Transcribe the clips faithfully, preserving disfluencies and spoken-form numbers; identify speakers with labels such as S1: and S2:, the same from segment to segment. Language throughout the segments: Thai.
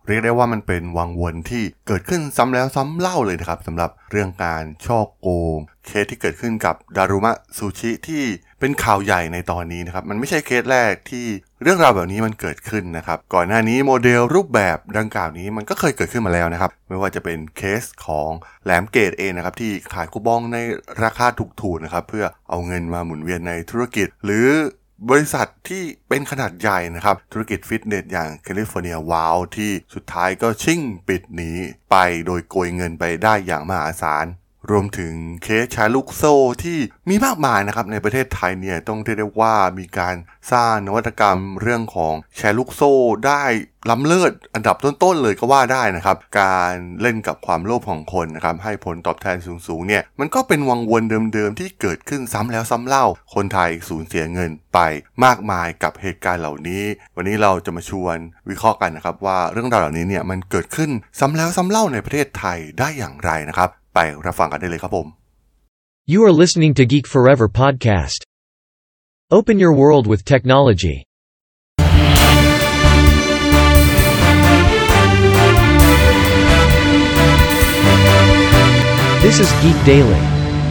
S1: เรียกได้ว่ามันเป็นวังวนที่เกิดขึ้นซ้ำแล้วซ้ำเล่าเลยนะครับสำหรับเรื่องการช่อโกงเคสที่เกิดขึ้นกับดารุมะซูชิที่เป็นข่าวใหญ่ในตอนนี้นะครับมันไม่ใช่เคสแรกที่เรื่องราวแบบนี้มันเกิดขึ้นนะครับก่อนหน้านี้โมเดลรูปแบบดังกล่าวนี้มันก็เคยเกิดขึ้นมาแล้วนะครับไม่ว่าจะเป็นเคสของแหลมเกตเองนะครับที่ขายคูปองในราคาถูกๆนะครับเพื่อเอาเงินมาหมุนเวียนในธุรกิจหรือบริษัทที่เป็นขนาดใหญ่นะครับธุรกิจฟิตเนสอย่างแคลิฟอร์เนียวาวที่สุดท้ายก็ชิ่งปิดหนีไปโดยโกยเงินไปได้อย่างมหาศาลรวมถึงเคสแชร์ลูกโซ่ที่มีมากมายนะครับในประเทศไทยเนี่ยต้องเรียกได้ว่ามีการสร้างนวัตกรรมเรื่องของแชร์ลูกโซ่ได้ล้ำเลิศอันดับต้นๆเลยก็ว่าได้นะครับการเล่นกับความโลภของคนนะครับให้ผลตอบแทนสูงๆเนี่ยมันก็เป็นวังวนเดิมๆที่เกิดขึ้นซ้ำแล้วซ้ำเล่าคนไทยสูญเสียเงินไปมากมายกับเหตุการณ์เหล่านี้วันนี้เราจะมาชวนวิเคราะห์กันนะครับว่าเรื่องราวเหล่านี้เนี่ยมันเกิดขึ้นซ้ำแล้วซ้ำเล่าในประเทศไทยได้อย่างไรนะครับไปรับฟังกันได้เลยครับผม
S2: You are listening to Geek Forever podcast. Open your world with technology. This is Geek Daily.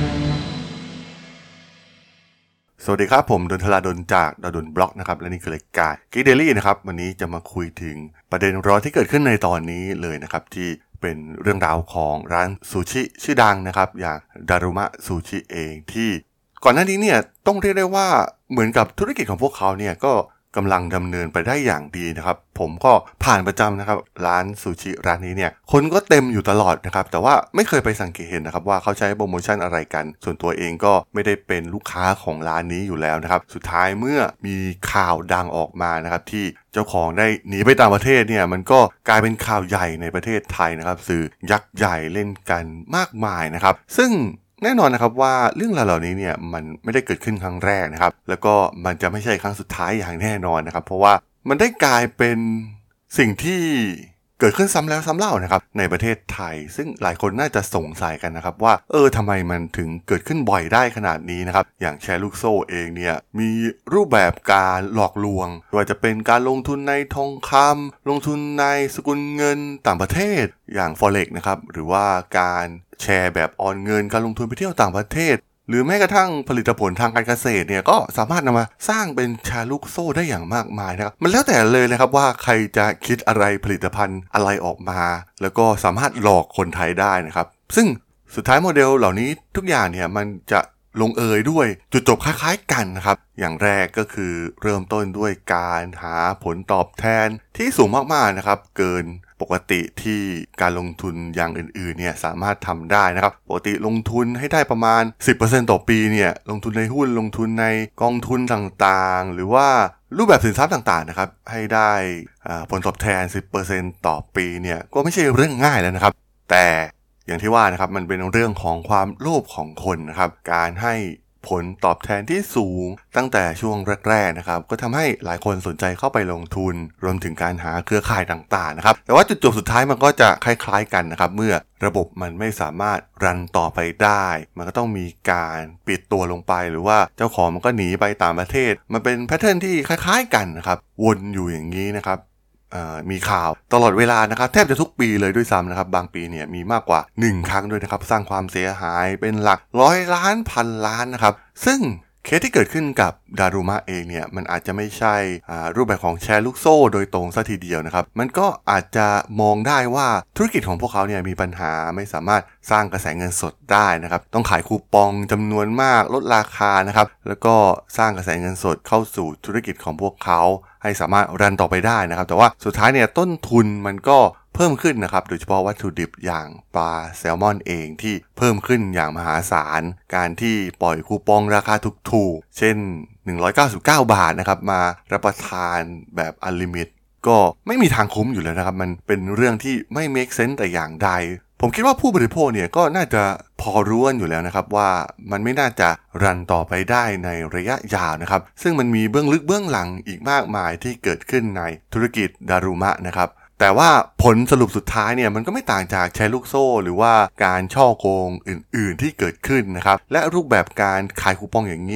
S1: สวัสดีครับผมดนทลาดลจากดลบล็อกนะครับและนี่คือรายการ Geek Daily นะครับวันนี้จะมาคุยถึงประเด็นร้อนที่เกิดขึ้นในตอนนี้เลยนะครับที่เป็นเรื่องราวของร้านซูชิชื่อดังนะครับอย่างดารุมะซูชิเองที่ก่อนหน้านี้เนี่ยต้องเรียกได้ว่าเหมือนกับธุรกิจของพวกเขาเนี่ยก็กำลังดำเนินไปได้อย่างดีนะครับผมก็ผ่านประจำนะครับร้านซูชิร้านนี้เนี่ยคนก็เต็มอยู่ตลอดนะครับแต่ว่าไม่เคยไปสังเกตเห็นนะครับว่าเขาใช้โปรโมชั่นอะไรกันส่วนตัวเองก็ไม่ได้เป็นลูกค้าของร้านนี้อยู่แล้วนะครับสุดท้ายเมื่อมีข่าวดังออกมานะครับที่เจ้าของได้หนีไปต่างประเทศเนี่ยมันก็กลายเป็นข่าวใหญ่ในประเทศไทยนะครับสื่อยักษ์ใหญ่เล่นกันมากมายนะครับซึ่งแน่นอนนะครับว่าเรื่องราวเหล่านี้เนี่ยมันไม่ได้เกิดขึ้นครั้งแรกนะครับแล้วก็มันจะไม่ใช่ครั้งสุดท้ายอย่างแน่นอนนะครับเพราะว่ามันได้กลายเป็นสิ่งที่เกิดขึ้นซ้ำแล้วซ้ำเล่านะครับในประเทศไทยซึ่งหลายคนน่าจะสงสัยกันนะครับว่าเออทำไมมันถึงเกิดขึ้นบ่อยได้ขนาดนี้นะครับอย่างแชร์ลูกโซ่เองเนี่ยมีรูปแบบการหลอกลวงว่าจะเป็นการลงทุนในทองคำลงทุนในสกุลเงินต่างประเทศอย่าง Forex นะครับหรือว่าการแชร์แบบออนเงินการลงทุนไปเที่ยวต่างประเทศหรือแม้กระทั่งผลิตผลทางการเกษตรเนี่ยก็สามารถนำมาสร้างเป็นแชร์ลูกโซ่ได้อย่างมากมายนะครับมันแล้วแต่เลยนะครับว่าใครจะคิดอะไรผลิตภัณฑ์อะไรออกมาแล้วก็สามารถหลอกคนไทยได้นะครับซึ่งสุดท้ายโมเดลเหล่านี้ทุกอย่างเนี่ยมันจะลงเอยด้วยจุดจบคล้ายๆกันนะครับอย่างแรกก็คือเริ่มต้นด้วยการหาผลตอบแทนที่สูงมากๆนะครับเกินปกติที่การลงทุนอย่างอื่นๆเนี่ยสามารถทำได้นะครับปกติลงทุนให้ได้ประมาณ สิบเปอร์เซ็นต์ ต่อปีเนี่ยลงทุนในหุ้นลงทุนในกองทุนต่างๆหรือว่ารูปแบบสินทรัพย์ต่างๆนะครับให้ได้ผลตอบแทน สิบเปอร์เซ็นต์ ต่อปีเนี่ยก็ไม่ใช่เรื่องง่ายแล้วนะครับแต่อย่างที่ว่านะครับมันเป็นเรื่องของความโลภของคนนะครับการให้ผลตอบแทนที่สูงตั้งแต่ช่วงแรกๆนะครับก็ทำให้หลายคนสนใจเข้าไปลงทุนรวมถึงการหาเครือข่ายต่างๆนะครับแต่ว่าจุดจบสุดท้ายมันก็จะคล้ายๆกันนะครับเมื่อระบบมันไม่สามารถรันต่อไปได้มันก็ต้องมีการปิดตัวลงไปหรือว่าเจ้าของมันก็หนีไปต่างประเทศมันเป็นแพทเทิร์นที่คล้ายๆกันนะครับวนอยู่อย่างนี้นะครับมีข่าวตลอดเวลานะครับแทบจะทุกปีเลยด้วยซ้ำนะครับบางปีเนี่ยมีมากกว่าหนึ่งครั้งด้วยนะครับสร้างความเสียหายเป็นหลักร้อยล้านพันล้านนะครับซึ่งเคสที่เกิดขึ้นกับดารุมะเองเนี่ยมันอาจจะไม่ใช่รูปแบบของแชร์ลูกโซ่โดยตรงซะทีเดียวนะครับมันก็อาจจะมองได้ว่าธุรกิจของพวกเขาเนี่ยมีปัญหาไม่สามารถสร้างกระแสเงินสดได้นะครับต้องขายคูปองจำนวนมากลดราคานะครับแล้วก็สร้างกระแสเงินสดเข้าสู่ธุรกิจของพวกเขาให้สามารถรันต่อไปได้นะครับแต่ว่าสุดท้ายเนี่ยต้นทุนมันก็เพิ่มขึ้นนะครับโดยเฉพาะวัตถุดิบอย่างปลาแซลมอนเองที่เพิ่มขึ้นอย่างมหาศาลการที่ปล่อยคูปองราคาถูกๆเช่นหนึ่งร้อยเก้าสิบเก้าบาทนะครับมารับประทานแบบอันลิมิตก็ไม่มีทางคุ้มอยู่แล้วนะครับมันเป็นเรื่องที่ไม่ make sense แต่อย่างใดผมคิดว่าผู้บริโภคเนี่ยก็น่าจะพอรู้กันอยู่แล้วนะครับว่ามันไม่น่าจะรันต่อไปได้ในระยะยาวนะครับซึ่งมันมีเบื้องลึกเบื้องหลังอีกมากมายที่เกิดขึ้นในธุรกิจดารุมะนะครับแต่ว่าผลสรุปสุดท้ายเนี่ยมันก็ไม่ต่างจากแชร์ลูกโซ่หรือว่าการช่อโกงอื่นๆที่เกิดขึ้นนะครับและรูปแบบการขายคูปองอย่างนี้เนี่ย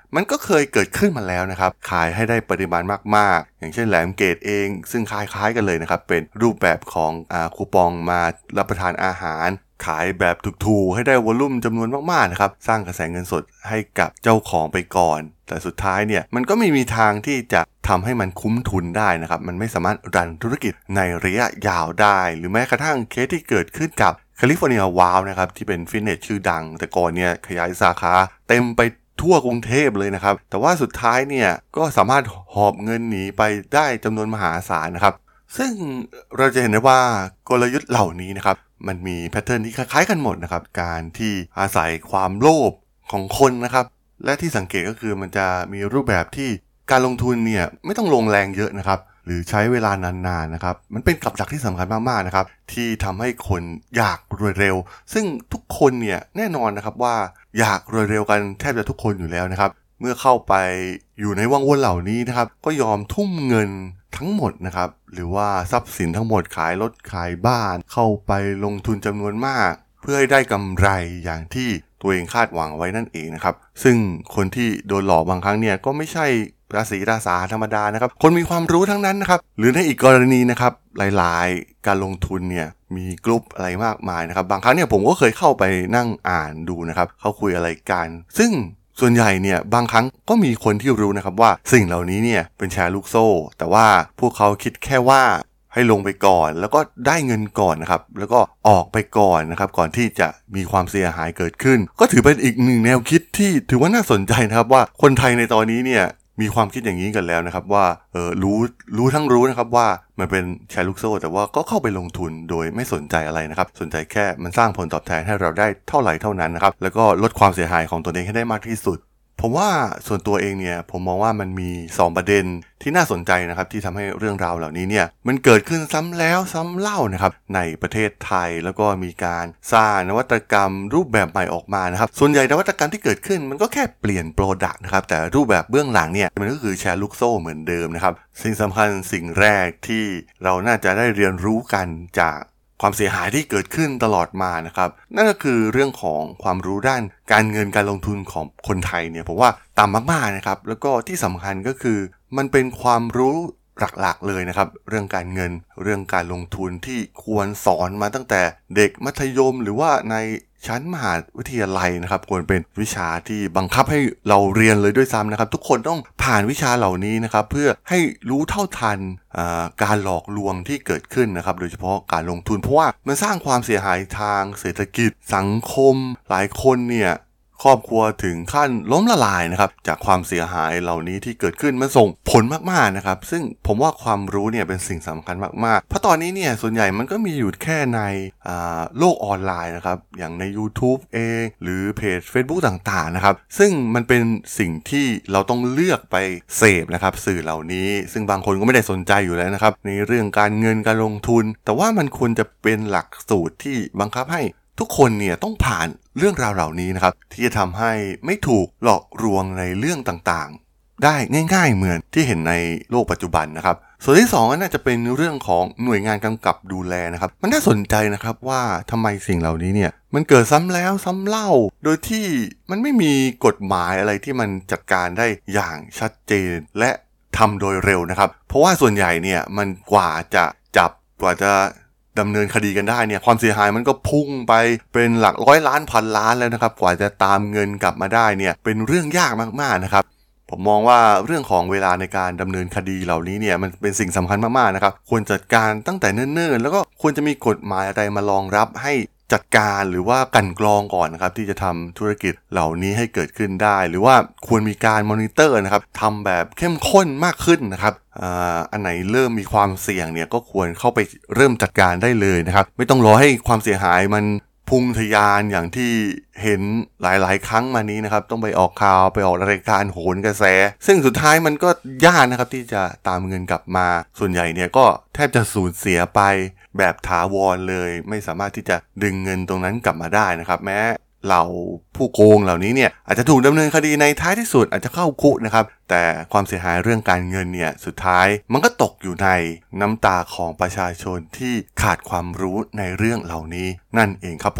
S1: มันก็เคยเกิดขึ้นมาแล้วนะครับขายให้ได้ปริมาณมากๆอย่างเช่นแหลมเกตเองซึ่งคล้ายๆกันเลยนะครับเป็นรูปแบบของอ่าคูปองมารับประทานอาหารขายแบบถูกๆให้ได้วอลลุ่มจำนวนมากๆนะครับสร้างกระแสเงินสดให้กับเจ้าของไปก่อนแต่สุดท้ายเนี่ยมันก็ไม่มีทางที่จะทำให้มันคุ้มทุนได้นะครับมันไม่สามารถรันธุรกิจในระยะยาวได้หรือแม้กระทั่งเคสที่เกิดขึ้นกับแคลิฟอร์เนียวาวนะครับที่เป็นฟิตเนสชื่อดังแต่ก่อนเนี่ยขยายสาขาเต็มไปทั่วกรุงเทพเลยนะครับแต่ว่าสุดท้ายเนี่ยก็สามารถหอบเงินหนีไปได้จำนวนมหาศาลนะครับซึ่งเราจะเห็นได้ว่ากลยุทธ์เหล่านี้นะครับมันมีแพทเทิร์นที่คล้ายๆกันหมดนะครับการที่อาศัยความโลภของคนนะครับและที่สังเกตก็คือมันจะมีรูปแบบที่การลงทุนเนี่ยไม่ต้องลงแรงเยอะนะครับหรือใช้เวลานานๆนะครับมันเป็นกับดักที่สำคัญมากๆนะครับที่ทำให้คนอยากรวยเร็วซึ่งทุกคนเนี่ยแน่นอนนะครับว่าอยากรวยเร็วกันแทบจะทุกคนอยู่แล้วนะครับเมื่อเข้าไปอยู่ในวังวนเหล่านี้นะครับก็ยอมทุ่มเงินทั้งหมดนะครับหรือว่าทรัพย์สินทั้งหมดขายรถขายบ้านเข้าไปลงทุนจำนวนมากเพื่อให้ได้กำไรอย่างที่ตัวเองคาดหวังไว้นั่นเองนะครับซึ่งคนที่โดนหลอกบางครั้งเนี่ยก็ไม่ใช่ราศีราษาธรรมดานะครับคนมีความรู้ทั้งนั้นนะครับหรือในอีกกรณีนะครับหลายๆการลงทุนเนี่ยมีกลุ่มอะไรมากมายนะครับบางครั้งเนี่ยผมก็เคยเข้าไปนั่งอ่านดูนะครับเขาคุยอะไรกันซึ่งส่วนใหญ่เนี่ยบางครั้งก็มีคนที่รู้นะครับว่าสิ่งเหล่านี้เนี่ยเป็นแชร์ลูกโซ่แต่ว่าพวกเขาคิดแค่ว่าให้ลงไปก่อนแล้วก็ได้เงินก่อนนะครับแล้วก็ออกไปก่อนนะครับก่อนที่จะมีความเสียหายเกิดขึ้นก็ถือเป็นอีกหนึ่งแนวคิดที่ถือว่าน่าสนใจนะครับว่าคนไทยในตอนนี้เนี่ยมีความคิดอย่างนี้กันแล้วนะครับว่าเออรู้รู้ทั้งรู้นะครับว่ามันเป็นแชร์ลูกโซ่แต่ว่าก็เข้าไปลงทุนโดยไม่สนใจอะไรนะครับสนใจแค่มันสร้างผลตอบแทนให้เราได้เท่าไหร่เท่านั้นนะครับแล้วก็ลดความเสียหายของตัวเองให้ได้มากที่สุดผมว่าส่วนตัวเองเนี่ยผมมองว่ามันมีสองประเด็นที่น่าสนใจนะครับที่ทำให้เรื่องราวเหล่านี้เนี่ยมันเกิดขึ้นซ้ำแล้วซ้ำเล่านะครับในประเทศไทยแล้วก็มีการสร้างนวัตกรรมรูปแบบใหม่ออกมานะครับส่วนใหญ่นวัตกรรมที่เกิดขึ้นมันก็แค่เปลี่ยนโปรดักต์นะครับแต่รูปแบบเบื้องหลังเนี่ยมันก็คือแชร์ลูกโซ่เหมือนเดิมนะครับสิ่งสำคัญสิ่งแรกที่เราน่าจะได้เรียนรู้กันจากความเสียหายที่เกิดขึ้นตลอดมานะครับนั่นก็คือเรื่องของความรู้ด้านการเงินการลงทุนของคนไทยเนี่ยผมว่าต่ำมากๆนะครับแล้วก็ที่สำคัญก็คือมันเป็นความรู้หลักๆเลยนะครับเรื่องการเงินเรื่องการลงทุนที่ควรสอนมาตั้งแต่เด็กมัธยมหรือว่าในชั้นมหาวิทยาลัยนะครับควรเป็นวิชาที่บังคับให้เราเรียนเลยด้วยซ้ำนะครับทุกคนต้องผ่านวิชาเหล่านี้นะครับเพื่อให้รู้เท่าทันการหลอกลวงที่เกิดขึ้นนะครับโดยเฉพาะการลงทุนเพราะว่ามันสร้างความเสียหายทางเศรษฐกิจสังคมหลายคนเนี่ยครอบครัวถึงขั้นล้มละลายนะครับจากความเสียหายเหล่านี้ที่เกิดขึ้นมันส่งผลมากๆนะครับซึ่งผมว่าความรู้เนี่ยเป็นสิ่งสำคัญมากๆเพราะตอนนี้เนี่ยส่วนใหญ่มันก็มีอยู่แค่ในโลกออนไลน์นะครับอย่างใน YouTube เองหรือเพจ Facebook ต่างๆนะครับซึ่งมันเป็นสิ่งที่เราต้องเลือกไปเสพนะครับสื่อเหล่านี้ซึ่งบางคนก็ไม่ได้สนใจอยู่แล้วนะครับในเรื่องการเงินการลงทุนแต่ว่ามันควรจะเป็นหลักสูตรที่บังคับให้ทุกคนเนี่ยต้องผ่านเรื่องราวเหล่านี้นะครับที่จะทำให้ไม่ถูกหลอกลวงในเรื่องต่างๆได้ง่ายๆเหมือนที่เห็นในโลกปัจจุบันนะครับส่วนที่สองน่าจะเป็นเรื่องของหน่วยงานกำกับดูแลนะครับมันน่าสนใจนะครับว่าทำไมสิ่งเหล่านี้เนี่ยมันเกิดซ้ำแล้วซ้ำเล่าโดยที่มันไม่มีกฎหมายอะไรที่มันจัดการได้อย่างชัดเจนและทำโดยเร็วนะครับเพราะว่าส่วนใหญ่เนี่ยมันกว่าจะจับกว่าจะดำเนินคดีกันได้เนี่ยความเสียหายมันก็พุ่งไปเป็นหลักร้อยล้านพันล้านแล้วนะครับกว่าจะตามเงินกลับมาได้เนี่ยเป็นเรื่องยากมากๆนะครับผมมองว่าเรื่องของเวลาในการดำเนินคดีเหล่านี้เนี่ยมันเป็นสิ่งสำคัญมากๆนะครับควรจัดการตั้งแต่เนิ่นๆแล้วก็ควรจะมีกฎหมายอะไรมารองรับให้จัดการหรือว่ากั่นกรองก่อนนะครับที่จะทำธุรกิจเหล่านี้ให้เกิดขึ้นได้หรือว่าควรมีการมอนิเตอร์นะครับทำแบบเข้มข้นมากขึ้นนะครับอ่าอันไหนเริ่มมีความเสี่ยงเนี่ยก็ควรเข้าไปเริ่มจัดการได้เลยนะครับไม่ต้องรอให้ความเสียหายมันพุ่งทะยานอย่างที่เห็นหลายๆครั้งมานี้นะครับต้องไปออกข่าวไปออกรายการโหนกระแสซึ่งสุดท้ายมันก็ยากนะครับที่จะตามเงินกลับมาส่วนใหญ่เนี่ยก็แทบจะสูญเสียไปแบบถาวรเลยไม่สามารถที่จะดึงเงินตรงนั้นกลับมาได้นะครับแม้เหล่าผู้โกงเหล่านี้เนี่ยอาจจะถูกดำเนินคดีในท้ายที่สุดอาจจะเข้าคุกนะครับแต่ความเสียหายเรื่องการเงินเนี่ยสุดท้ายมันก็ตกอยู่ในน้ำตาของประชาชนที่ขาดความรู้ในเรื่องเหล่านี้นั่นเองครับผม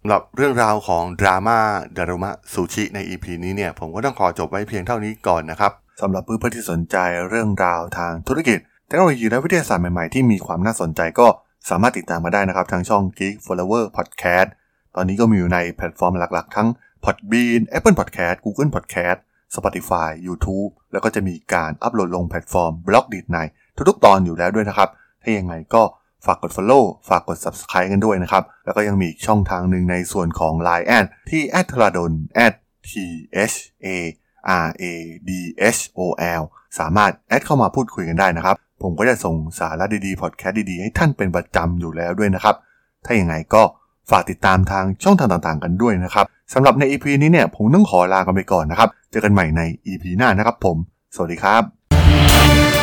S1: ำหรับเรื่องราวของดราม่าดารุมะซูชิใน อี พี นี้เนี่ยผมก็ต้องขอจบไว้เพียงเท่านี้ก่อนนะครับสำหรับเพื่อนๆที่สนใจเรื่องราวทางธุรกิจเทคโนโลยีและวิทยาศาสตร์ใหม่ๆที่มีความน่าสนใจก็สามารถติดตามมาได้นะครับทางช่อง Geek Flower Podcast ตอนนี้ก็มีอยู่ในแพลตฟอร์มหลักๆทั้ง Podbean Apple Podcast Google Podcast Spotify YouTube แล้วก็จะมีการอัปโหลดลงแพลตฟอร์ม Blogdit ในทุกๆตอนอยู่แล้วด้วยนะครับถ้ายังไงก็ฝากกด follow ฝากกด subscribe กันด้วยนะครับแล้วก็ยังมีช่องทางหนึ่งในส่วนของ ไลน์ แอด ที่ แอท ทราดล แอท ที เอช เอ อาร์ เอ ดี เอช โอ แอล สามารถแอดเข้ามาพูดคุยกันได้นะครับผมก็จะส่งสาระดีๆพอดแคสต์ดีๆให้ท่านเป็นประจำอยู่แล้วด้วยนะครับถ้าอย่างไงก็ฝากติดตามทางช่องทางต่างๆกันด้วยนะครับสำหรับใน อี พี นี้เนี่ยผมต้องขอลากันไปก่อนนะครับเจอกันใหม่ใน อี พี หน้านะครับผมสวัสดีครับ